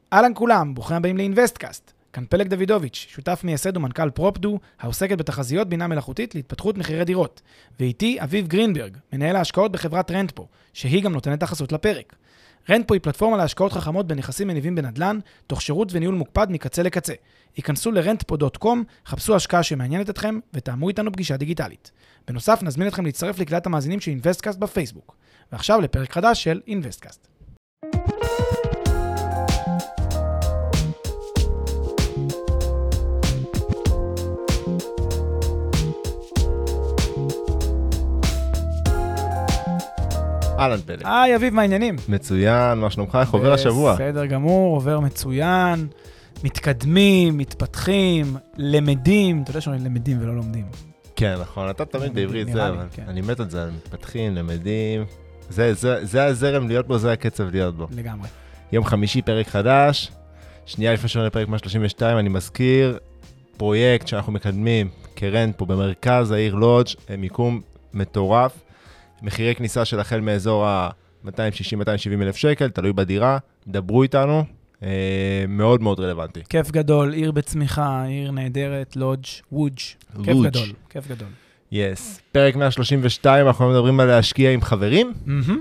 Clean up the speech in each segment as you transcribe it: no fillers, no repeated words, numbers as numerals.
אהלן כולם, ברוכים הבאים לאינבסטקאסט. כאן פלג דוידוביץ', שותף מייסד ומנכ"ל פרופדו, העוסקת בתחזיות בינה מלאכותית להתפתחות מחירי דירות. ואיתי אביב גרינברג, מנהל ההשקעות בחברת רנטפו, שהיא גם נותנת החסות לפרק. רנטפו היא פלטפורמה להשקעות חכמות בנכסים מניבים בנדל"ן, תוך שירות וניהול מוקפד מקצה לקצה. היכנסו ל-rentpo.com, חפשו השקעה שמעניינת אתכם ותאמו איתנו פגישה דיגיטלית. בנוסף, נזמין אתכם להצטרף לקהילת המאזינים של אינבסטקאסט בפייסבוק. ועכשיו לפרק חדש של אינבסטקאסט. אהלן פלג. היי אביב, מה העניינים? מצוין, מה שלומך? איך עובר השבוע? בסדר גמור, עובר מצוין, מתקדמים, מתפתחים, למדים, אתה יודע שאומרים למדים ולא לומדים. כן, נכון, אתה תמיד בעברית זה, אבל אני מת על זה, מתפתחים, למדים, זה הזרם להיות בו, זה הקצב להיות בו. לגמרי. יום חמישי פרק חדש, שנייה לפני שעונה פרק 132, אני מזכיר, פרויקט שאנחנו מקדמים כרנטפו במרכז העיר לודג', מיקום מטורף, מחירי כניסה של החל מאזור ה-260-270 אלף שקל, תלוי בדירה, דברו איתנו, מאוד מאוד רלוונטי. כיף גדול, עיר בצמיחה, עיר נהדרת, לודג', וודג', כיף גדול, כיף גדול. יס, פרק 132, אנחנו מדברים על להשקיע עם חברים.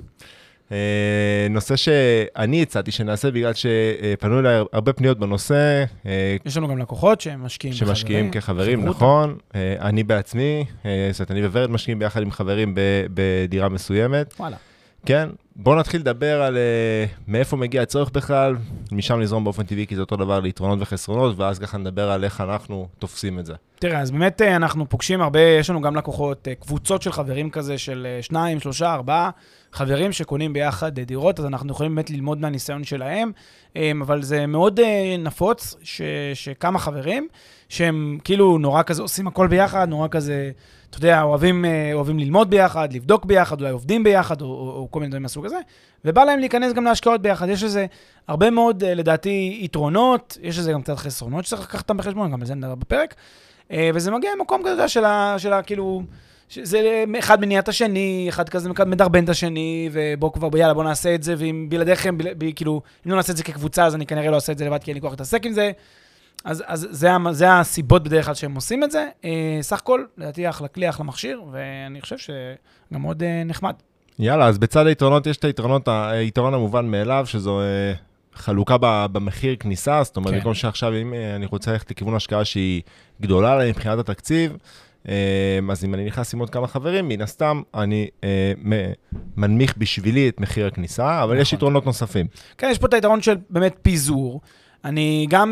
נושא שאני הצעתי שנעשה בגלל שפנו אליי הרבה פניות בנושא. יש לנו גם לקוחות שמשקיעים כחברים, נכון. אני בעצמי, אני וורד משקיעים ביחד עם חברים בדירה מסוימת. וואלה. כן, בואו נתחיל לדבר על מאיפה מגיע הצורך בכלל, משם לזרום באופן טבעי, כי זה אותו דבר ליתרונות וחסרונות, ואז ככה נדבר על איך אנחנו תופסים את זה. תראה, אז באמת אנחנו פוגשים הרבה, יש לנו גם לקוחות, קבוצות של חברים כזה, של 2, 3, 4 חברים שקונים ביחד דירות, אז אנחנו יכולים באמת ללמוד מהניסיון שלהם, אבל זה מאוד נפוץ שכמה חברים, שהם כאילו נורא כזה עושים הכל ביחד, נורא כזה, אתה יודע, אוהבים ללמוד ביחד, לבדוק ביחד, אולי עובדים ביחד, או כל מיני דברים מהסוג הזה, ובא להם להיכנס גם להשקעות ביחד. יש לזה הרבה מאוד, לדעתי, יתרונות, יש לזה גם קצת חסרונות שצריך לקחת אותם בחשבון, גם על זה נדבר בפרק, וזה מגיע ממקום כזה של כאילו, זה אחד מניע את השני, אחד כזה מדרבן את השני, ובוא כבר, יאללה, בוא נעשה את זה, ואם בלעדיכם, כאילו, אם לא נעשה את זה כקבוצה, אז אני כנראה לא אעשה את זה לבד, כי אין לי כוח להתעסק עם זה. אז זה הסיבות בדרך כלל שהם עושים את זה. סך הכל, לדעתי, אחלה כלי, אחלה מכשיר, ואני חושב שגם מאוד נחמד. יאללה, אז בצד היתרונות יש את היתרון המובן מאליו, שזו חלוקה במחיר כניסה, זאת אומרת, במקום שעכשיו, אם אני רוצה ללכת לכיוון השקעה שהיא גדולה עליי מבחינת התקציב, אז אם אני נכנס עם עוד כמה חברים, מן הסתם אני מנמיך בשבילי את מחיר הכניסה, אבל יש יתרונות נוספים. כן, יש פה את היתרון של באמת פיזור. אני גם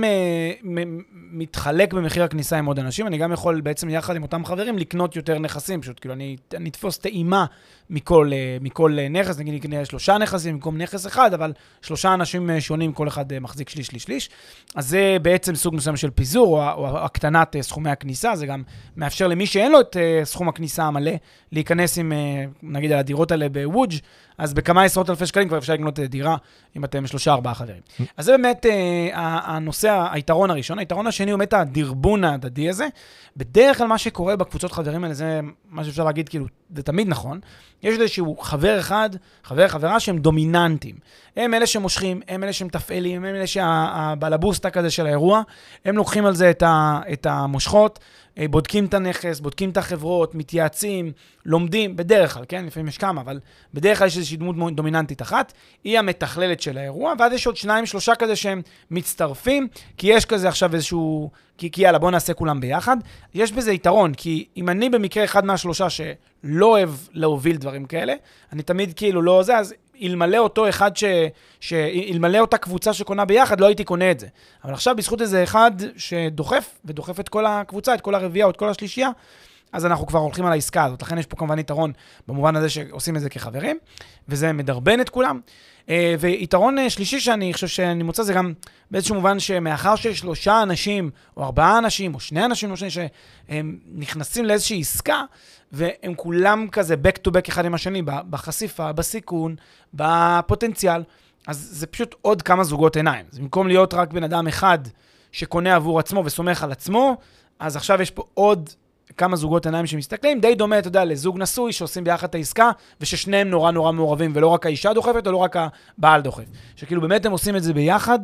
מתחלק במחיר הכניסה עם עוד אנשים, אני גם יכול בעצם יחד עם אותם חברים לקנות יותר נכסים, פשוט כאילו אני אתפוס טעימה מכל נכס, נגיד נקנה 3 נכסים במקום נכס אחד, אבל 3 אנשים שונים, כל אחד מחזיק שליש. אז זה בעצם סוג מסוים של פיזור, או הקטנת סכומי הכניסה, זה גם מאפשר למי שאין לו את סכום הכניסה המלא, להיכנס עם, נגיד על הדירות האלה בוודג', אז בכמה עשרות אלפי שקלים כבר אפשר לקנות דירה, אם אתם 3-4 חברים. אז זה באמת הנושא, היתרון הראשון. היתרון השני הוא באמת הדרבון ההדדי הזה. בדרך כלל מה שקורה בקבוצות חברים האלה, זה מה שאפשר להגיד, כאילו, זה תמיד נכון. יש איזשהו חבר אחד, חברה שהם דומיננטים. הם אלה שמושכים, הם אלה שמתפעלים, הם אלה שהבלבוסטה כזה של האירוע, הם לוקחים על זה את המושכות, בודקים את הנכס, בודקים את החברות, מתייעצים, לומדים, בדרך כלל, כן? לפעמים יש כמה, אבל בדרך כלל יש איזושהי דמות דומיננטית אחת, היא המתכללת של האירוע, ואז יש עוד 2-3 כזה שהם מצטרפים, כי יש כזה עכשיו איזשהו, כי יאללה, בוא נעשה כולם ביחד. יש בזה יתרון, כי אם אני במקרה אחד מה3 שלא אוהב להוביל דברים כאלה, אני תמיד כאילו לא זה, אז אלמלא אותו אחד אלמלא אותה קבוצה שקונה ביחד, לא הייתי קונה את זה. אבל עכשיו בזכות איזה אחד שדוחף, ודוחף את כל הקבוצה, את כל הרביעה או את כל השלישייה, אז אנחנו כבר הולכים על העסקה הזאת. לכן יש פה כמובן יתרון במובן הזה שעושים את זה כחברים, וזה מדרבן את כולם. ויתרון שלישי שאני חושב שאני מוצא זה גם באיזשהו מובן שמאחר ש3 אנשים, או 4 אנשים, או 2 אנשים, שהם נכנסים לאיזושהי עסקה, והם כולם כזה back to back אחד עם השני, בחשיפה, בסיכון, בפוטנציאל, אז זה פשוט עוד כמה זוגות עיניים. אז במקום להיות רק בן אדם אחד שקונה עבור עצמו וסומך על עצמו, אז עכשיו יש פה עוד כמה זוגות עיניים שמסתכלים, די דומה, אתה יודע, לזוג נשוי שעושים ביחד את העסקה, וששניהם נורא נורא מעורבים, ולא רק האישה דוחפת, או לא רק הבעל דוחף. שכאילו באמת הם עושים את זה ביחד,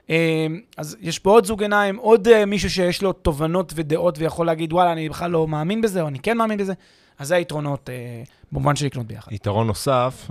אז יש פה עוד זוג עיניים, עוד מישהו שיש לו תובנות ודעות ויכול להגיד, וואלה, אני בכלל לא מאמין בזה, או אני כן מאמין בזה. אז זה היתרונות במובן של לקנות ביחד. יתרון נוסף,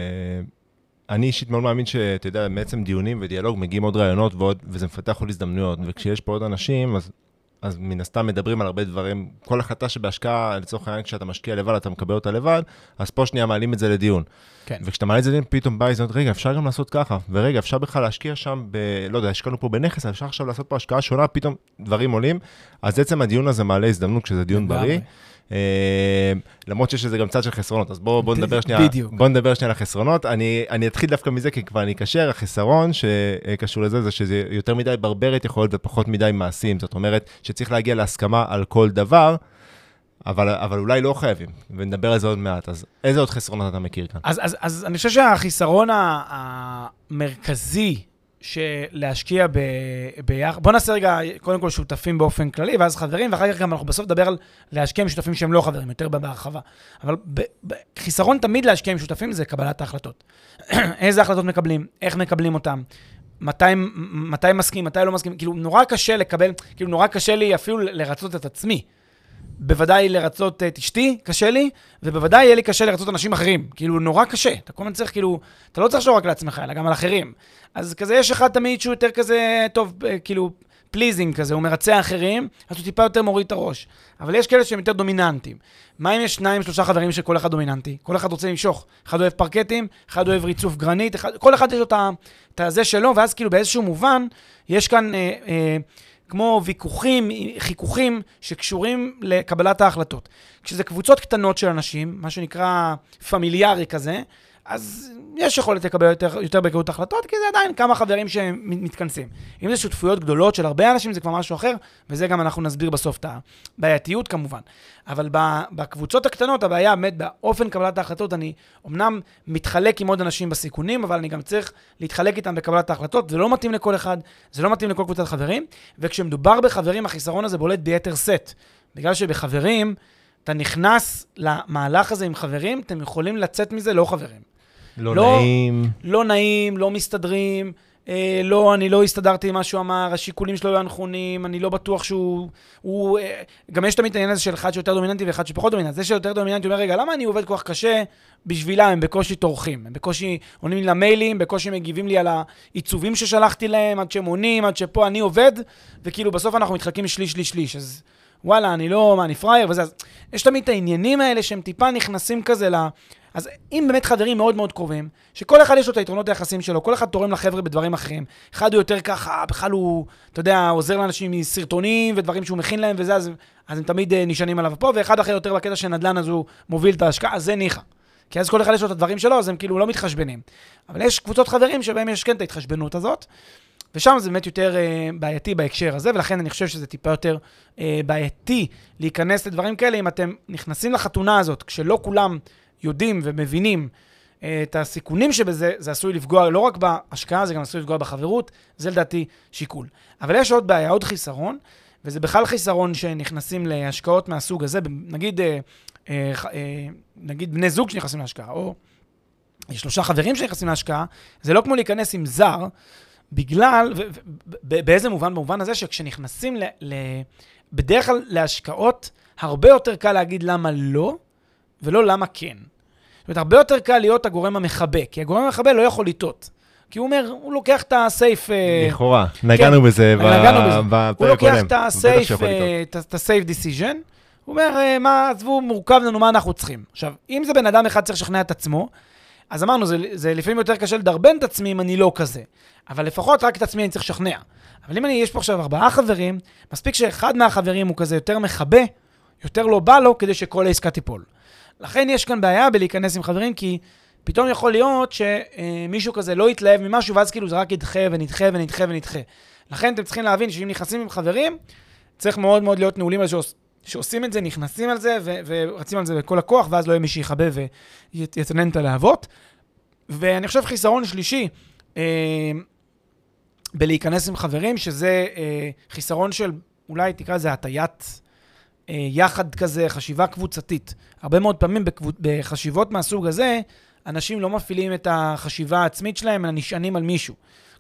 אני אישית מאוד מאמין שאתה יודע, בעצם דיונים ודיאלוג מגיעים עוד רעיונות וזה מפתח עוד הזדמנויות, וכשיש פה עוד אנשים, אז מן הסתם מדברים על הרבה דברים, כל החלטה שבהשקעה, לצורך העניין, כשאתה משקיע לבד, אתה מקבל אותה לבד, אז פה שנייה מעלים את זה לדיון. כן. וכשאתה מעלה את זה לדיון, פתאום בא איזון, רגע, אפשר גם לעשות ככה, ורגע, אפשר בכלל להשקיע שם, לא יודע, השקענו פה בנכס, אפשר עכשיו לעשות פה השקעה שונה, פתאום דברים עולים, אז בעצם הדיון הזה מעלה הזדמנות כשזה דיון בריא. למרות שיש לזה גם צד של חסרונות, אז בואו נדבר שנייה על החסרונות. אני אתחיל דווקא מזה, כי כבר אני אקשר, החסרון שקשור לזה, זה שזה יותר מדי ברברת יכול להיות ופחות מדי מעשים, זאת אומרת שצריך להגיע להסכמה על כל דבר, אבל אולי לא חייבים, ונדבר על זה עוד מעט. אז איזה עוד חסרונות אתה מכיר כאן? אז אני חושב שהחיסרון המרכזי שלהשקיע ביחד, בוא נעשה רגע קודם כל שותפים באופן כללי, ואז חברים, ואחר כך גם אנחנו בסוף נדבר על להשקיע עם שותפים שהם לא חברים, יותר בהרחבה. אבל חיסרון תמיד להשקיע עם שותפים זה קבלת ההחלטות. איזה החלטות מקבלים, איך מקבלים אותם, מתי מסכים, מתי לא מסכים, כאילו נורא קשה לקבל, כאילו נורא קשה לי אפילו לרצות את עצמי. בוודאי לרצות את אשתי, קשה לי, ובוודאי יהיה לי קשה לרצות אנשים אחרים. כאילו, נורא קשה. אתה כל הזמן צריך, כאילו, אתה לא צריך לשאול רק לעצמך, אלא גם על אחרים. אז כזה, יש אחד תמיד שהוא יותר כזה, טוב, כאילו, פליזינג כזה, הוא מרצה אחרים, אז הוא טיפה יותר מוריד את הראש. אבל יש כאלה שהם יותר דומיננטיים. מה אם יש 2-3 חברים שכל אחד דומיננטי? כל אחד רוצה למשוך. אחד אוהב פרקטים, אחד אוהב ריצוף גרנית, כל אחד יש לו את הזה שלו, ואז כאילו באיזשהו מובן, יש כאן כמו ויכוחים, חיכוכים שקשורים לקבלת ההחלטות. כשזה קבוצות קטנות של אנשים, מה שנקרא פמיליארי כזה, אז יש יכולת לקבל יותר בקלות החלטות, כי זה עדיין כמה חברים שמתכנסים. אם זה שותפויות גדולות של הרבה אנשים, זה כבר משהו אחר, וזה גם אנחנו נסביר בסוף את הבעייתיות כמובן. אבל בקבוצות הקטנות, הבעיה באמת באופן קבלת ההחלטות, אני אמנם מתחלק עם עוד אנשים בסיכונים, אבל אני גם צריך להתחלק איתם בקבלת ההחלטות, זה לא מתאים לכל אחד, זה לא מתאים לכל קבוצת חברים, וכשמדובר בחברים, החיסרון הזה בולט ביתר סט. בגלל שבחברים, אתה נכנס למהלך הזה עם חברים, אתם יכולים לצאת מזה לא חברים. לא נעים, לא מסתדרים, אני לא הסתדרתי עם מה שהוא אמר, השיקולים שלו לא נכונים, אני לא בטוח שהוא גם יש תמיד העניין הזה של אחד שיותר דומיננטי ואחד שפחות דומיננטי. זה שיותר דומיננטי אומר, רגע, למה אני עובד כל כך קשה בשבילם? הם בקושי תורכים, הם בקושי עונים לי למיילים, בקושי מגיבים לי על העיצובים ששלחתי להם, עד שהם עונים, עד שפה אני עובד, וכאילו בסוף אנחנו מתחלקים שליש, אז וואלה, אני פרייר וזה. אז יש תמיד את העניינים האלה שהם טיפה נכנסים כזה אז אם באמת חברים מאוד מאוד קרובים, שכל אחד יש לו את היתרונות היחסים שלו, כל אחד תורם לחבר'ה בדברים אחרים, אחד הוא יותר ככה, בכלל הוא, אתה יודע, עוזר לאנשים מסרטונים ודברים שהוא מכין להם וזה, אז הם תמיד נשענים עליו פה, ואחד אחר יותר בקטע של נדל"ן, אז הוא מוביל את ההשקעה, אז זה ניחה. כי אז כל אחד יש לו את הדברים שלו, אז הם כאילו לא מתחשבנים. אבל יש קבוצות חברים שבהם יש כן את ההתחשבנות הזאת, ושם זה באמת יותר בעייתי בהקשר הזה, ולכן אני חושב שזה טיפה יותר בעייתי להיכנס לדברים כאלה, אם אתם נכנסים לחתונה הזאת, כשלא כולם יודעים ומבינים את הסיכונים שבזה, זה עשוי לפגוע לא רק בהשקעה, זה גם עשוי לפגוע בחברות, זה לדעתי שיקול. אבל יש עוד בעיה, עוד חיסרון, וזה בכלל חיסרון שנכנסים להשקעות מהסוג הזה, נגיד בני זוג שנכנסים להשקעה, או 3 חברים שנכנסים להשקעה, זה לא כמו להיכנס עם זר, בגלל, באיזה מובן? במובן הזה שכשנכנסים בדרך כלל להשקעות, הרבה יותר קל להגיד למה לא, ולא למה כן. זאת אומרת, הרבה יותר קל להיות הגורם המחבא, כי הגורם המחבא לא יכול לטעות. כי הוא אומר, הוא לוקח את הסייף... לכאורה, נגענו בזה בפרק הוא לוקח את הסייף דיסיז'ן, הוא אומר, מה, עזבו, מורכב לנו, מה אנחנו צריכים. עכשיו, אם זה בן אדם אחד צריך לשכנע את עצמו, אז אמרנו, זה לפעמים יותר קשה לדרבן את עצמי אם אני לא כזה. אבל לפחות רק את עצמי אני צריך לשכנע. אבל אם יש פה עכשיו 4 חברים, מספיק שאחד מהחברים הוא כזה יותר מחבא, יותר לא בא לו, כדי שכל העסקה תיפול. לכן יש כאן בעיה בלהיכנס עם חברים, כי פתאום יכול להיות שמישהו כזה לא יתלהב ממשהו, ואז כאילו זה רק ידחה ונדחה ונדחה ונדחה. לכן אתם צריכים להבין שאם נכנסים עם חברים, צריך מאוד מאוד להיות נעולים על שעושים את זה, נכנסים על זה ורצים על זה בכל הכוח, ואז לא יהיה מי שיחבא ויתנן את הלהבות. ואני חושב חיסרון שלישי, בלהיכנס עם חברים, שזה חיסרון של, אולי תקרא לזה הטיית יחד כזה, חשיבה קבוצתית. הרבה מאוד פעמים בחשיבות מהסוג הזה, אנשים לא מפעילים את החשיבה העצמית שלהם, אלא נשענים על מישהו.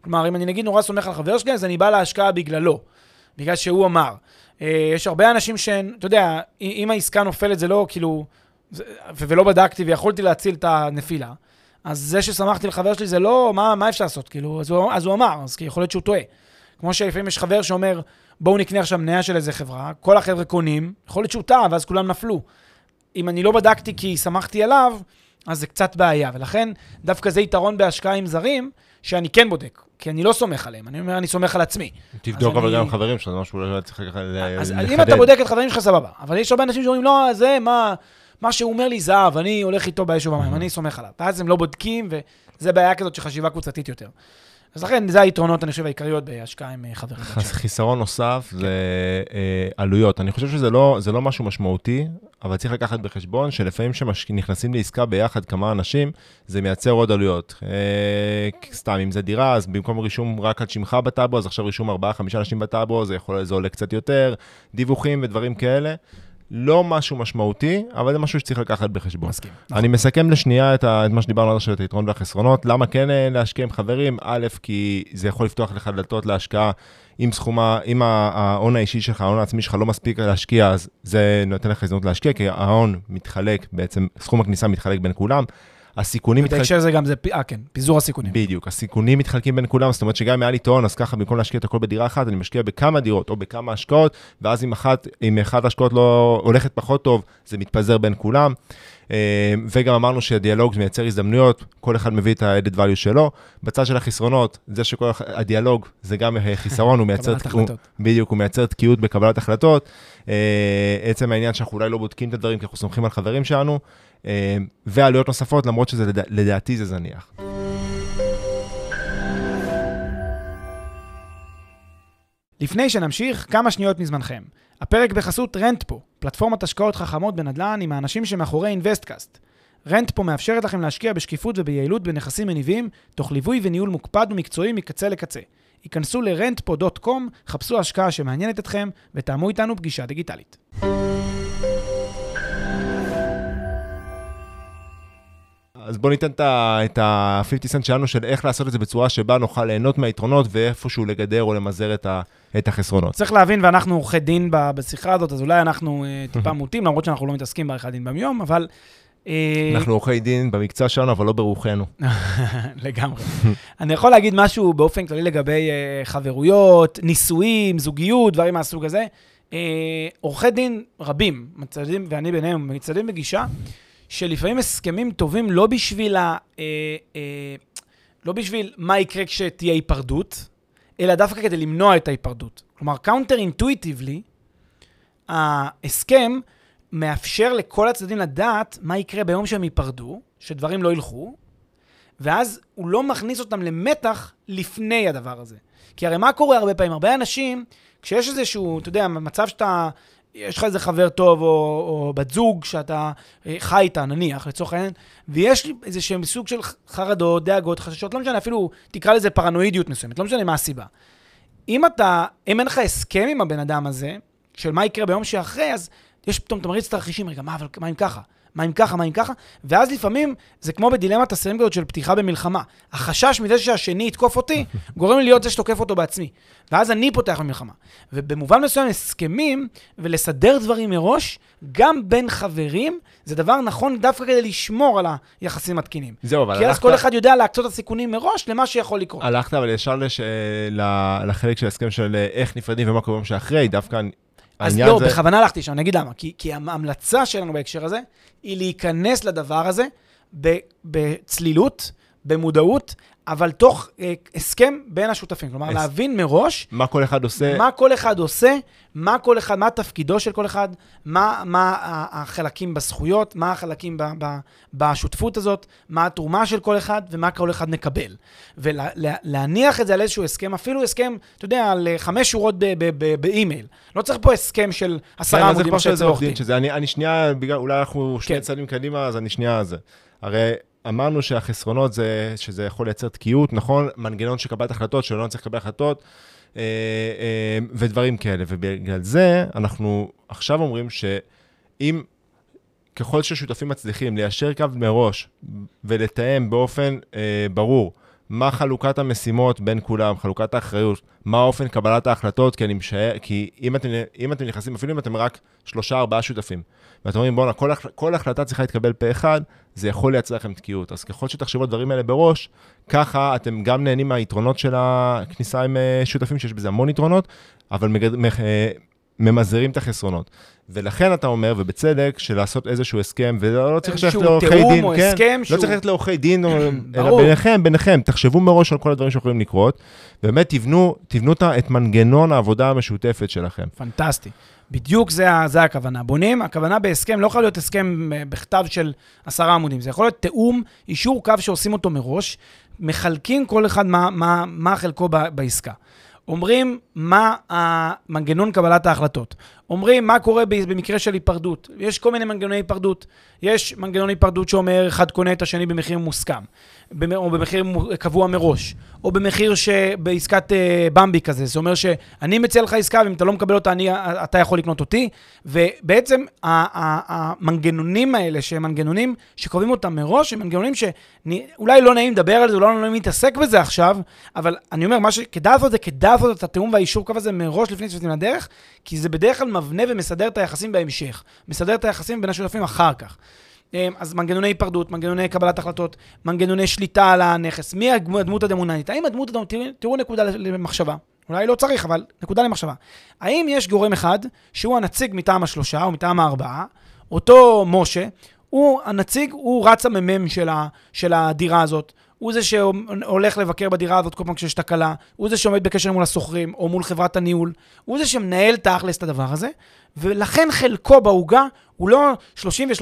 כלומר, אם אני נגיד נורא סומך על חבר שלי, אז אני בא להשקעה בגללו, בגלל שהוא אמר. יש הרבה אנשים אתה יודע, אם העסקה נופלת זה לא כאילו, ולא בדקתי ויכולתי להציל את הנפילה, אז זה ששמחתי לחבר שלי זה לא, מה אפשר לעשות? כאילו, אז הוא אמר, אז יכול להיות שהוא טועה. כמו שלפעמים יש חבר שאומר, בואו נקנה עכשיו מניה של איזה חברה, כל החבר'ה קונים, יכול להיות שהוא טעה, ואז כולם נפלו. אם אני לא בדקתי כי שמחתי עליו, אז זה קצת בעיה, ולכן דווקא זה יתרון בהשקעה עם זרים, שאני כן בודק, כי אני לא סומך עליהם, אני אומר, אני סומך על עצמי. תבדוק אבל גם חברים שלנו, משהו לא צריך לחדד. אז אם אתה בודק את חברים שלך, סבבה, אבל יש הרבה אנשים שאומרים, לא, זה מה שהוא אומר לי זהב, אני הולך איתו באש ובמים, אני סומך עליו. ואז הם לא בודקים, וזה בעיה כזאת שחשיבה קבוצתית יותר. אז לכן, זה היתרונות, אני חושב, העיקריות בהשקעה עם חברים. חיסרון נוסף זה עלויות. אני חושב שזה לא משהו משמעותי, אבל צריך לקחת בחשבון שלפעמים שנכנסים לעסקה ביחד כמה אנשים, זה מייצר עוד עלויות. סתם, אם זה דירה, אז במקום רישום רק על שמך בטאבו, אז עכשיו רישום 4-5 אנשים בטאבו, זה עולה קצת יותר, דיווחים ודברים כאלה. לא משהו משמעותי, אבל זה משהו שצריך לקחת בחשבון. מסכים. אני מסכם לשנייה את מה שדיברנו עד עכשיו, את היתרון והחסרונות. למה כן להשקיע עם חברים? א', כי זה יכול לפתוח לך דלתות להשקעה עם סכומה, אם ההון האישי שלך, ההון העצמי שלך לא מספיק להשקיע, אז זה נותן לך הזדמנות להשקיע, כי ההון מתחלק, בעצם סכום הכניסה מתחלק בין כולם. הסיכונים מתחלקים... זה גם זה, כן, פיזור הסיכונים. בדיוק, הסיכונים מתחלקים בין כולם, זאת אומרת שגם אם היה לי טעון, אז ככה במקום להשקיע את הכל בדירה אחת, אני משקיע בכמה דירות או בכמה השקעות, ואז אם אחת ההשקעות לא הולכת פחות טוב, זה מתפזר בין כולם. וגם אמרנו שהדיאלוג מייצר הזדמנויות, כל אחד מביא את ה-added value שלו. בצד של החסרונות, זה שכל הדיאלוג זה גם חיסרון, הוא מייצר תקיעות בקבלת החלטות. עצם העניין שאנחנו אולי לא בודקים את הדברים, כי אנחנו סומכים על חברים שלנו, ועלויות נוספות, למרות שזה לדעתי זה זניח. לפני שנמשיך, כמה שניות מזמנכם. הפרק בחסות רנטפו, פלטפורמת השקעות חכמות בנדל"ן עם האנשים שמאחורי אינבסטקאסט. רנטפו מאפשרת לכם להשקיע בשקיפות וביעילות בנכסים מניבים, תוך ליווי וניהול מוקפד ומקצועי מקצה לקצה. היכנסו ל-rentpo.com, חפשו השקעה שמעניינת אתכם ותאמו איתנו פגישה דיגיטלית. אז בואו ניתן את ה-50 סנט שלנו של איך לעשות את זה בצורה שבה נוכל ליהנות מהיתרונות ואיפשהו לגדר או למזער את החסרונות. צריך להבין, ואנחנו עורכי דין בשיחה הזאת, אז אולי אנחנו טיפה מוטים, למרות שאנחנו לא מתעסקים בעריכת דין ביום, אבל... אנחנו עורכי דין במקצוע שלנו, אבל לא ברוחנו. לגמרי. אני יכול להגיד משהו באופן כללי לגבי חברויות, נישואים, זוגיות, דברים מהסוג הזה. עורכי דין רבים, ואני ביניהם, מצדדים בגישה, שלפעמים הסכמים טובים לא בשביל מה יקרה כשתהיה היפרדות, אלא דווקא כדי למנוע את ההיפרדות. כלומר, קאונטר אינטואיטיבלי, ההסכם מאפשר לכל הצדדים לדעת מה יקרה ביום שהם ייפרדו, שדברים לא ילכו, ואז הוא לא מכניס אותם למתח לפני הדבר הזה. כי הרי מה קורה הרבה פעמים? הרבה אנשים, כשיש איזשהו, אתה יודע, מצב שאתה... יש לך איזה חבר טוב או בת זוג שאתה חי איתה, נניח, לצורך העניין, ויש לי איזה שהם סוג של חרדות, דאגות, חששות, לא משנה, אפילו תקרא לזה פרנואידיות מסוימת, לא משנה מה הסיבה. אם אין לך הסכם עם הבן אדם הזה, של מה יקרה ביום שאחרי, אז יש פתאום תמריץ תרחישים, רגע, אבל מה אם ככה? מה אם ככה? מה אם ככה? ואז לפעמים זה כמו בדילמת אסירים כזאת של פתיחה במלחמה. החשש מזה שהשני יתקוף אותי, גורם לי להיות זה שתוקף אותו בעצמי. ואז אני פותח במלחמה. ובמובן מסוים הסכמים ולסדר דברים מראש, גם בין חברים, זה דבר נכון דווקא כדי לשמור על היחסים התקינים. זהו, אבל כי אז כל אחד יודע להקצות את הסיכונים מראש למה שיכול לקרות. הלכת, אבל ישר לחלק של ההסכם של איך נפרדים ומה קורה שאחרי, דווקא אז לא, בכוונה הלכתי שם, אני אגיד למה. כי ההמלצה שלנו בהקשר הזה, היא להיכנס לדבר הזה בצלילות, במודעות, אבל תוך הסכם בין השותפים. כלומר, להבין מראש... מה כל אחד עושה. מה כל אחד עושה, מה התפקידו של כל אחד, מה החלקים בזכויות, מה החלקים בשותפות הזאת, מה התרומה של כל אחד, ומה כל אחד נקבל. ולהניח את זה על איזשהו הסכם, אפילו הסכם, אתה יודע, על 5 שורות באימייל. לא צריך פה הסכם של 10 עמודים של עורך דין. אני שנייה, אולי אנחנו שני צעדים קדימה, אז אני שנייה על זה. הרי אמרנו שהחסרונות זה שזה יכול לייצר תקיעות, נכון? מנגנון שקבלת החלטות, שלא לא צריך לקבל החלטות, ודברים כאלה. ובגלל זה אנחנו עכשיו אומרים שאם ככל ששותפים מצליחים ליישר קו מראש ולתאם באופן ברור מה חלוקת המשימות בין כולם, חלוקת האחריות, מה אופן קבלת ההחלטות, כי אם אתם נכנסים, אפילו אם אתם רק 3-4 שותפים, ואתם אומרים, בואו, כל החלטה צריכה להתקבל פה אחד, זה יכול לייצר לכם תקיעות. אז ככל שתחשבו את הדברים האלה בראש, ככה אתם גם נהנים מהיתרונות של הכניסה עם שותפים, שיש בזה המון יתרונות, אבל ממזערים את החסרונות. ולכן אתה אומר, ובצדק, שלעשות איזשהו הסכם, ולא צריך ללכת לעורכי דין, כן? לא צריך ללכת לעורכי דין, אלא ביניכם, תחשבו מראש על כל הדברים שיכולים לקרות, ובאמת תבנו את מנגנון העבודה המשותפת שלכם. פנטסטי. בדיוק זה הכוונה. בונים, הכוונה בהסכם, לא יכול להיות הסכם בכתב של 10 עמודים, זה יכול להיות תאום, אישור קו שעושים אותו מראש, מחלקים כל אחד מה חלקו בעסקה. אומרים מה המנגנון קבלת ההחלטות. אומרים מה קורה במקרה של היפרדות. יש כל מיני מנגנוני היפרדות. יש מנגנון היפרדות שאומר אחד קונה את השני במחיר מוסכם, או במחיר קבוע מראש, או במחיר שבעסקת במבי כזה. זה אומר שאני מציע לך עסקה, ואם אתה לא מקבל אותה, אתה יכול לקנות אותי. ובעצם המנגנונים האלה, שהם מנגנונים שקובעים אותם מראש, הם מנגנונים שאולי לא נעים לדבר על זה, לא נעים להתעסק בזה עכשיו, אבל אני אומר, מה שכדאי לעשות זה כדאי לעשות את התיאום והאישור קו הזה מראש לפני שיוצאים לדרך, כי זה בדרך כלל מבנה ומסדר את היחסים בהמשך, מסדר את היחסים בין השותפים אחר כך. אז מנגנוני היפרדות, מנגנוני קבלת החלטות, מנגנוני שליטה על הנכס, מי הדמות הדומיננטית? האם הדמות הדומיננטית, תראו נקודה למחשבה, אולי לא צריך, אבל נקודה למחשבה. האם יש גורם אחד שהוא הנציג מטעם 3 או מטעם 4, אותו משה, הוא הנציג, הוא רץ הממם של הדירה הזאת, הוא זה שהולך לבקר בדירה הזאת כל פעם כשיש תקלה, הוא זה שעומד בקשר מול הסוחרים או מול חברת הניהול, הוא זה שמנהל תכלס את הדבר הזה, ולכן חלקו בהוגה הוא לא 33%,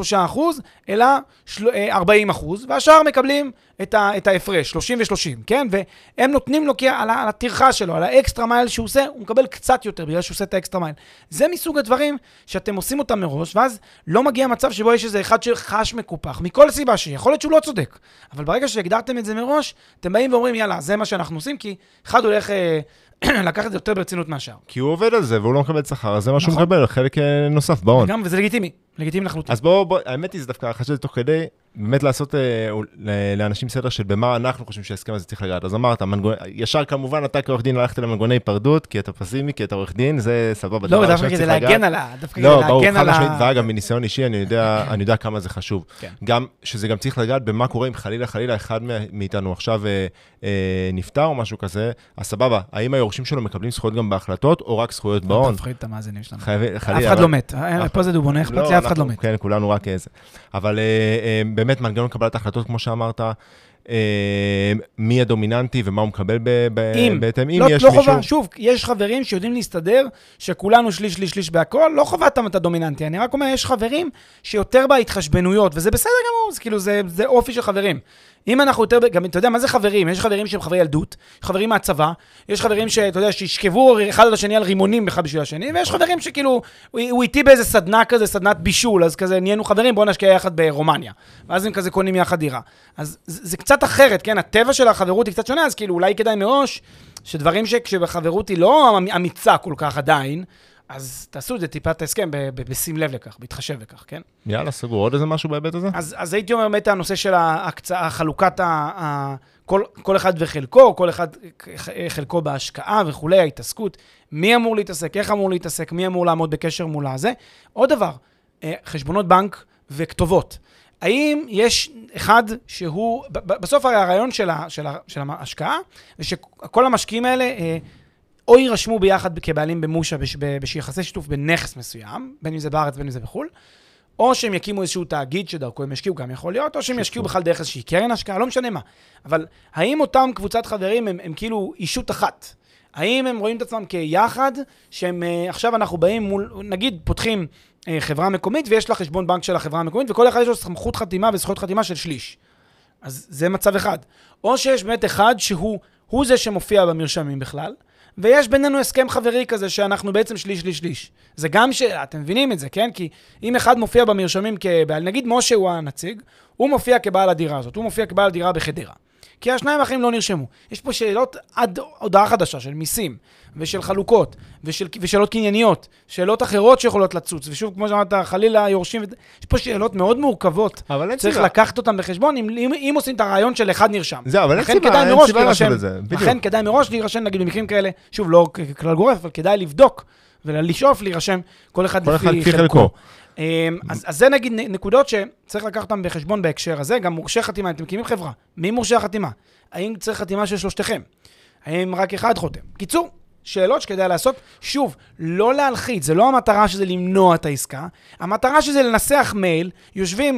אלא 40%, והשאר מקבלים את ההפרש, 30 ו-30, כן? והם נותנים לו על התרחה שלו, על האקסטרה מייל שהוא עושה, הוא מקבל קצת יותר, בגלל שהוא עושה את האקסטרה מייל. זה מסוג הדברים שאתם עושים אותם מראש, ואז לא מגיע מצב שבו יש איזה אחד שחש מקופח, מכל סיבה שיכול להיות שהוא לא צודק. אבל ברגע שהגדרתם את זה מראש, אתם באים ואומרים, יאללה, זה מה שאנחנו עושים, כי אחד הולך לקחת את זה יותר ברצינות מהשאר. כי הוא עובד על זה, והוא לא מקבל שכר, אז זה מה שהוא מקבל, חלק נוסף בהון. גם, וזה לגיטימי. לגיטימי לחלוטין. אז בואו, האמת היא, זה דווקא חשבתי תוך כדי, באמת לעשות לאנשים סדר של במה אנחנו חושבים שההסכם הזה צריך לגעת. אז אמרת, ישר כמובן, אתה כעורך דין הלכת למנגנוני היפרדות, כי אתה פסימי, כי אתה עורך דין, זה סבבה. לא, דווקא כדי להגן על ואגב, מניסיון אישי, אני יודע כמה זה חשוב. גם, שזה גם צריך לגעת במה קורה אם חלילה אחד מאיתנו עכשיו נפטר או משהו כזה, אז סבבה, האם היורשים שלו מקבלים זכויות גם בהחלטות, או רק זכויות בהון? תפחיד את המאזינים שלנו. אף אחד לא מת. פה זה דובונה, אכפת לי, אף אחד לא מת. כן, כולנו רק איזה. אבל באמת מנגנון קבלת החלטות, כמו שאמרת, מי הדומיננטי ומה הוא מקבל בהתאם. אם יש מישהו... חובה, שוב, יש חברים שיודעים להסתדר, שכולנו שליש בהכל, לא חובתם את הדומיננטי. אני רק אומר, יש חברים שיותר בהתחשבנויות, וזה בסדר גמור, זה כאילו, זה אופי של חברים. אם אנחנו יותר, גם אתה יודע מה זה חברים? יש חברים שהם חברי ילדות, יש חברים מהצבא, יש חברים שאתה יודע, שישכבו אחד על השני על רימונים אחד בשביל השני, ויש חברים שכאילו, הוא איתי באיזה סדנה כזה, סדנת בישול, אז כזה נהיינו חברים, בואו נשקיע יחד ברומניה. ואז הם כזה קונים יחד דירה. אז זה קצת אחרת, כן? הטבע של החברות היא קצת שונה, אז כאילו אולי כדאי מראש, שדברים שכשבחברות היא לא אמיצה כל כך עדיין, אז תעשו את זה טיפת ההסכם, בשים לב לכך, בהתחשב לכך, כן? יאללה, סגור. עוד איזה משהו בהיבט הזה? אז הייתי אומר, באמת, הנושא של החלוקת, כל אחד וחלקו, כל אחד חלקו בהשקעה וכולי, ההתעסקות, מי אמור להתעסק, איך אמור להתעסק, מי אמור לעמוד בקשר מול הזה. עוד דבר, חשבונות בנק וכתובות. האם יש אחד שהוא, בסוף הרעיון של ההשקעה, ושכל המשקיעים האלה, או יירשמו ביחד כבעלים במושה, ביחסי שיתוף בנכס מסוים, בין אם זה בארץ, בין אם זה בחול, או שהם יקימו איזשהו תאגיד שדרכו הם ישקיעו, גם יכול להיות, או שהם ישקיעו בכלל דרך איזושהי קרן השקעה, לא משנה מה. אבל האם אותם קבוצת חברים הם כאילו אישות אחת? האם הם רואים את עצמם כיחד, שהם עכשיו אנחנו באים מול, נגיד פותחים חברה מקומית, ויש לה חשבון בנק של החברה המקומית, וכל אחד יש לו סמכות חתימה וזכויות חתימה של שליש. אז זה מצב אחד. או שיש באמת אחד שהוא זה שמופיע במרשמים בכלל, ויש בינינו הסכם חברי כזה שאנחנו בעצם שליש. זה גם אתם מבינים את זה, כן? כי אם אחד מופיע במרשמים כבעל, נגיד משה הוא הנציג, הוא מופיע כבעל הדירה הזאת, הוא מופיע כבעל הדירה בחדרה. כי השניים האחרים לא נרשמו. יש פה שאלות עד הודעה חדשה של מיסים, ושל חלוקות, ושאלות קנייניות, שאלות אחרות שיכולות לצוץ, ושוב, כמו שאמרת, חלילה יורשים, יש פה שאלות מאוד מורכבות, צריך לקחת אותם בחשבון, אם עושים את הרעיון של אחד נרשם. זהו, אבל אין סיבה לעשות את זה. לכן כדאי מראש להירשם, נגיד במקרים כאלה, שוב, לא כלל גורף, אבל כדאי לבדוק ולשאוף להירשם כל אחד לפי חלקו. אז זה נגיד נקודות שצריך לקחת אותם בחשבון בהקשר הזה, גם מורשי חתימה, אתם מקימים חברה, מי מורשי החתימה? האם צריך חתימה של שלושתכם? האם רק אחד חותם? קיצור, שאלות שכדאי לעשות, שוב, לא להלחיץ, זה לא המטרה שזה למנוע את העסקה, המטרה שזה לנסח מייל, יושבים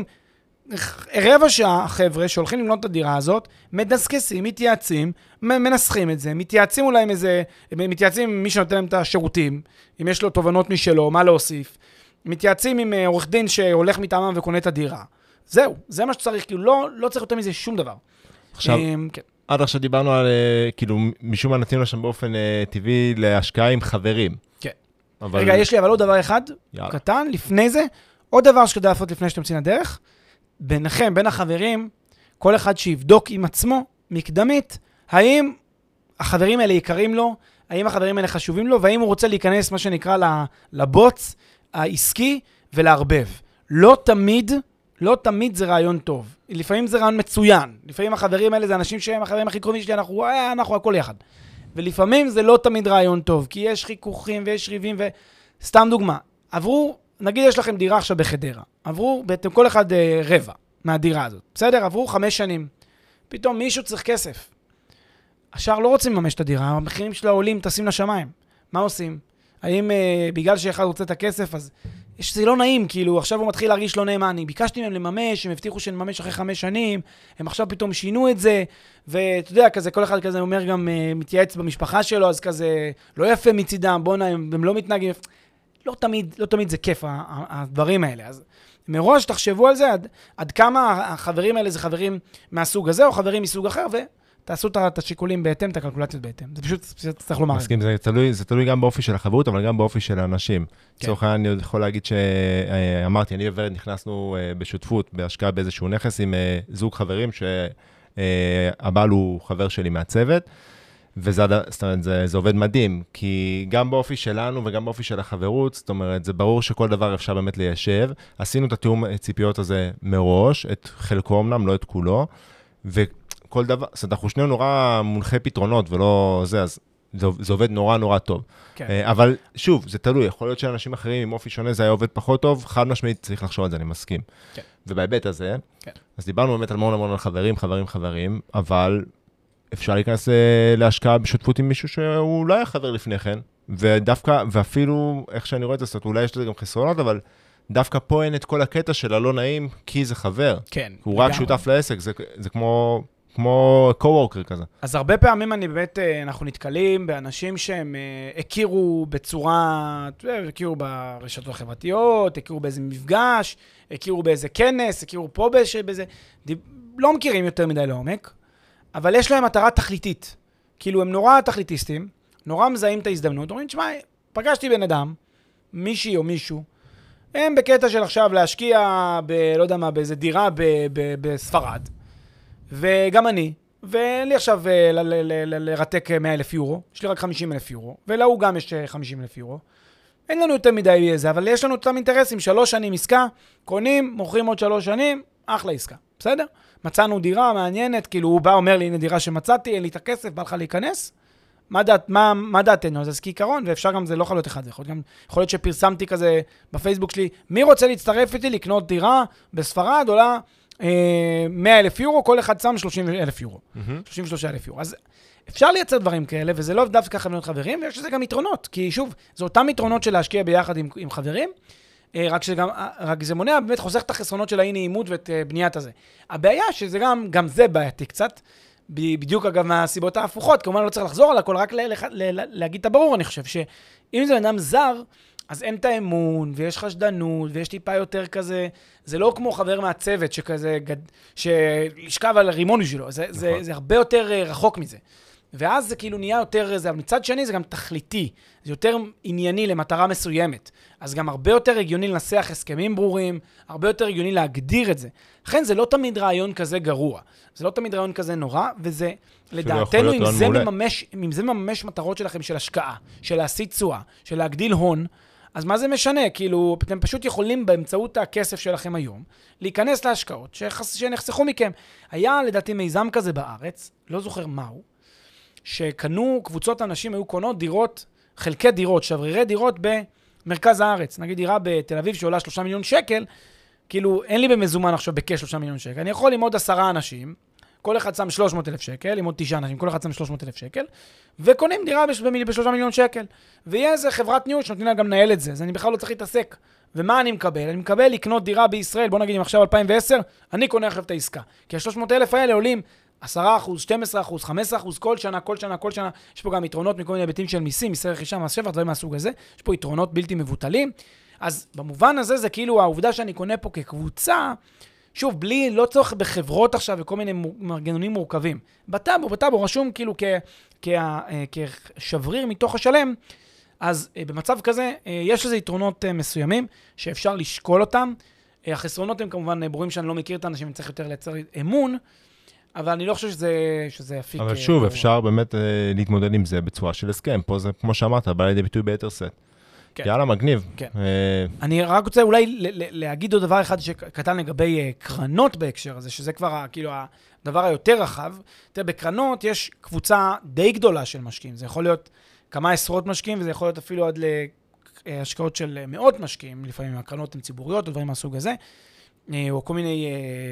רבע שעה חבר'ה שהולכים למנות את הדירה הזאת, מדסקסים, מתייעצים, מנסחים את זה, מתייעצים אולי עם איזה, מתייעצים עם מי שנותן להם את השירותים, אם יש לו תובנות משלו, מה להוסיף, מתייעצים עם עורך דין שהולך מטעמם וקונה את הדירה. זהו, זה מה שצריך, כאילו לא צריך יותר מזה שום דבר. עכשיו, כן. עד עכשיו דיברנו על, כאילו, משום מה נתנו לשם באופן טבעי להשקעה עם חברים. כן. רגע, יש לי אבל עוד דבר אחד, קטן, לפני זה, עוד דבר שכדאי לעשות לפני שאתם יוצאים לדרך, ביניכם, בין החברים, כל אחד שיבדוק עם עצמו, מקדמית, האם החברים האלה יקרים לו, האם החברים האלה חשובים לו, והאם הוא רוצה להיכנס, מה שנקרא, לבוץ העסקי ולהרבב. לא תמיד זה רעיון טוב. לפעמים זה רעיון מצוין. לפעמים החברים האלה זה אנשים שהם החברים הכי קרובים שלי, אנחנו הכל יחד. ולפעמים זה לא תמיד רעיון טוב, כי יש חיכוכים ויש ריבים סתם דוגמה, נגיד יש לכם דירה עכשיו בחדרה, עברו כל אחד רבע מהדירה הזאת, בסדר? עברו 5 שנים. פתאום מישהו צריך כסף. השאר לא רוצים לממש את הדירה, המחירים של העולים טסים לשמיים. מה עושים? האם בגלל שאחד רוצה את הכסף, אז זה לא נעים, כאילו עכשיו הוא מתחיל להרגיש לא נעים, אני ביקשתי מהם לממש, הם הבטיחו שנממש אחרי 5 שנים, הם עכשיו פתאום שינו את זה, ואתה יודע, כזה, כל אחד כזה אומר גם מתייעץ במשפחה שלו, אז כזה לא יפה מצידם, בונה, הם לא מתנהגים, לא תמיד זה כיף, הדברים האלה. אז מראש תחשבו על זה, עד כמה החברים האלה זה חברים מהסוג הזה, או חברים מסוג אחר, ותעשו את השיקולים בהתאם, את הקלקולציות בהתאם. זה פשוט צריך לומר. מסכים, זה תלוי גם באופי של החברות, אבל גם באופי של האנשים. לצורך העניין, אני יכול להגיד שאמרתי, אני ורד נכנסנו בשותפות, בהשקעה באיזשהו נכס עם זוג חברים, שהבעל הוא חבר שלי מהצוות, וזה עובד מדהים, כי גם באופי שלנו וגם באופי של החברות, זאת אומרת, זה ברור שכל דבר אפשר באמת ליישב. עשינו את התיאום ציפיות הזה מראש, את חלקו אמנם, לא את כולו, וכל דבר, זאת אומרת, אנחנו שנינו נורא מונחי פתרונות, ולא זה, אז זה עובד נורא טוב. כן. אבל שוב, זה תלוי, יכול להיות שאנשים אחרים עם אופי שונה, זה היה עובד פחות טוב, חד משמעית צריך לחשוב על זה, אני מסכים. כן. ובהיבט הזה, כן. אז דיברנו באמת על המון על חברים, אבל אפשר להיכנס להשקעה בשותפות עם מישהו שהוא לא היה חבר לפני כן, ודווקא, ואפילו, איך שאני רואה את זה, זאת אומרת, אולי יש לזה גם חסרונות, אבל דווקא פה אין את כל הקטע של הלא נעים, כי זה חבר. כן. הוא רק שותף לעסק, זה כמו קו-וורקר כזה. אז הרבה פעמים אנחנו נתקלים באנשים שהם הכירו בצורה, הכירו ברשתות החברתיות, הכירו באיזה מפגש, הכירו באיזה כנס, הכירו פה באיזה, לא מכירים יותר מדי לעומק, אבל יש להם מטרה תכליתית. כאילו הם נורא תכליטיסטים, נורא מזהים את ההזדמנות, אומרים, תשמע, פגשתי בן אדם, מישהי או מישהו, הם בקטע של עכשיו להשקיע לא יודע מה, באיזה דירה בספרד, וגם אני, ולי עכשיו לרתק 100,000 יורו, יש לי רק 50,000 יורו, ולהוא גם יש 50,000 יורו. אין לנו יותר מדי איזה, אבל יש לנו אותם אינטרסים, 3 שנים עסקה, קונים, מוכרים עוד 3 שנים, אחלה עסקה, בסדר? מצאנו דירה מעניינת, כאילו הוא בא, אומר לי, הנה דירה שמצאתי, אין לי את הכסף, בא לך להיכנס, מה דעתנו? אז כעיקרון, ואפשר גם, זה לא יכול להיות אחד, זה יכול להיות שפרסמתי כזה בפייסבוק שלי, מי רוצה להצטרף איתי לקנות דירה בספרד, עולה 100,000 יורו, כל אחד שם 30,000 יורו, 33,000 יורו. אז אפשר לייצר דברים כאלה, וזה לא דווקא חייבים להיות חברים, ויש לזה גם יתרונות, כי שוב, זה אותם יתרונות של להשקיע ביחד עם חברים, רק זה מונע, באמת חוסך את החסרונות של האי-נעימות ואת בניית הזה. הבעיה שזה גם זה בעייתי קצת, בדיוק אגב מהסיבות ההפוכות, כמובן לא צריך לחזור על הכל, רק להגיד את הברור, אני חושב שאם זה אדם זר, אז אין את האמון, ויש חשדנות, ויש טיפה יותר כזה, זה לא כמו חבר מהצוות שכזה, שישכב על רימון בשבילו, זה הרבה יותר רחוק מזה. ואז זה כאילו נהיה יותר, אבל מצד שני זה גם תכליתי, זה יותר ענייני למטרה מסוימת. אז גם הרבה יותר הגיוני לנסח הסכמים ברורים, הרבה יותר הגיוני להגדיר את זה. לכן זה לא תמיד רעיון כזה גרוע, זה לא תמיד רעיון כזה נורא, וזה לדעתנו, אם זה ממש מטרות שלכם של השקעה, של להשיג תשואה, של להגדיל הון, אז מה זה משנה? כאילו, אתם פשוט יכולים באמצעות הכסף שלכם היום, להיכנס להשקעות שנחסכו מכם. היה לדעתי מיזם כזה בארץ, לא זוכר מהו, שקנו, קבוצות אנשים היו קונות דירות, חלקי דירות, שברירי דירות במרכז הארץ. נגיד דירה בתל אביב שעולה 3 מיליון שקל, כאילו אין לי במזומן עכשיו בכ-3 מיליון שקל. אני יכול עם עוד 10 אנשים, כל אחד שם 300,000 שקל, עם עוד 9 אנשים, כל אחד שם 300,000 שקל, וקונים דירה ב3 מיליון שקל. ויהיה איזה חברת ניהול שנותנים לה גם לנהל את זה, אז אני בכלל לא צריך להתעסק. ומה אני מקבל? אני מקבל לקנות דירה בישראל, בוא נגיד אם עכשיו 2010, אני קונה עכשיו את העסקה. כי ה-300,000 האלה עולים 10%, 12%, 15% כל שנה. יש פה גם יתרונות מכל מיני היבטים של מיסים, מיסי רכישה, מס שבח, דברים מהסוג הזה. יש פה יתרונות בלתי מבוטלים. אז במובן הזה זה כאילו העובדה שאני קונה פה כקבוצה, שוב, לא צורך בחברות עכשיו וכל מיני מנגנונים מורכבים. בטאבו רשום כאילו כשבריר מתוך השלם, אז במצב כזה יש לזה יתרונות מסוימים שאפשר לשקול אותם. החסרונות הם כמובן ברורים שאני לא מכיר את האנשים, אני צריך יותר לייצר אמון, אבל אני לא חושב שזה אפיק. אבל שוב, אפשר באמת להתמודד עם זה בצורה של הסכם. פה זה, כמו שאמרת, בא לידי ביטוי ביתר סט. יאללה, מגניב. אני רק רוצה אולי להגיד עוד דבר אחד שקטן לגבי קרנות בהקשר הזה, שזה כבר כאילו הדבר היותר רחב. תראה, בקרנות יש קבוצה די גדולה של משקיעים. זה יכול להיות כמה עשרות משקיעים, וזה יכול להיות אפילו עד להשקעות של מאות משקיעים. לפעמים הקרנות הן ציבוריות או דברים מהסוג הזה, או כל מיני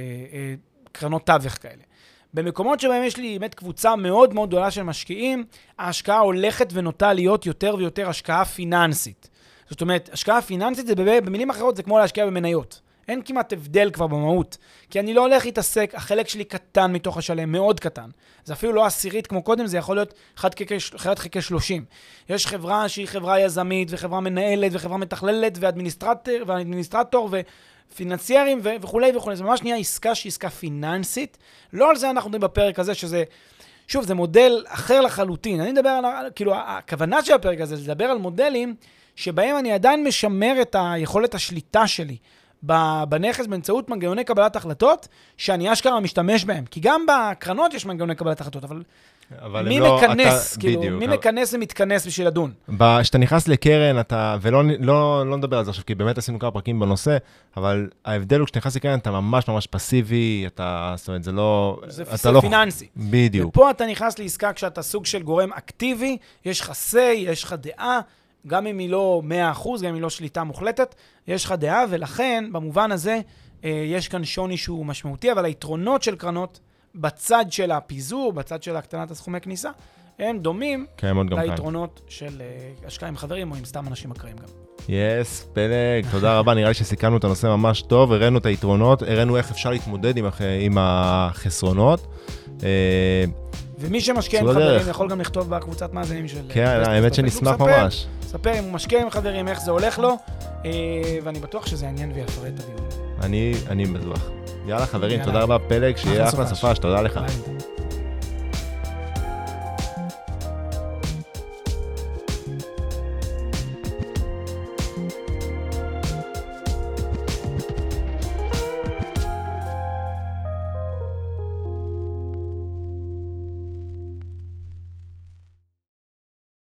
קרנות תווך כאלה. במקומות שבהם יש לי באמת קבוצה מאוד מאוד גדולה של משקיעים, ההשקעה הולכת ונוטה להיות יותר ויותר השקעה פיננסית. זאת אומרת, השקעה פיננסית זה במילים אחרות, זה כמו להשקיע במניות. אין כמעט הבדל כבר במהות, כי אני לא הולך להתעסק, החלק שלי קטן מתוך השלם, מאוד קטן. זה אפילו לא עשירית כמו קודם, זה יכול להיות 1/30. יש חברה שהיא חברה יזמית, וחברה מנהלת, וחברה מתכללת, ואדמיניסטרטור, פיננסיירים וכולי וכולי. זה ממש נהיה עסקה שהיא עסקה פיננסית. לא על זה אנחנו מדברים בפרק הזה, שזה, שוב, זה מודל אחר לחלוטין. אני מדבר על, כאילו, הכוונה של הפרק הזה, זה לדבר על מודלים שבהם אני עדיין משמר את היכולת השליטה שלי בנכס באמצעות מנגנוני קבלת החלטות, שאני אשכרה משתמש בהם. כי גם בקרנות יש מנגנוני קבלת החלטות, אבל מי מכנס, כאילו, מי מכנס ומתכנס בשביל לדון? כשאתה נכנס לקרן, ולא נדבר על זה עכשיו, כי באמת עשינו כמה פרקים בנושא, אבל ההבדל הוא כשאתה נכנס לקרן, אתה ממש ממש פסיבי, זאת אומרת, זה לא... זה פיננסי. בדיוק. ופה אתה נכנס לעסקה כשאתה סוג של גורם אקטיבי, יש לך say, יש לך דעה, גם אם היא לא 100%, גם אם היא לא שליטה מוחלטת, יש לך דעה, ולכן, במובן הזה, יש כאן שוני שהוא משמעותי, אבל היתרונות של קרנות, בצד של הפיזור, בצד של הקטנת הסכומי כניסה, הם דומים ליתרונות של השקעה עם חברים, או עם סתם אנשים אקראיים גם. יס, פלג, תודה רבה, נראה לי שסיכמנו את הנושא ממש טוב, הראינו את היתרונות, הראינו איך אפשר להתמודד עם החסרונות. ומי שמשקיע עם חברים יכול גם לכתוב בקבוצת מאזינים של... כן, האמת שנשמח ממש. ספר אם הוא משקיע עם חברים, איך זה הולך לו, ואני בטוח שזה יעניין ויפרט את הדיון. אני בטוח. יאללה חברים, תודה רבה פלג, שיהיה אחלה סופש, תודה לך.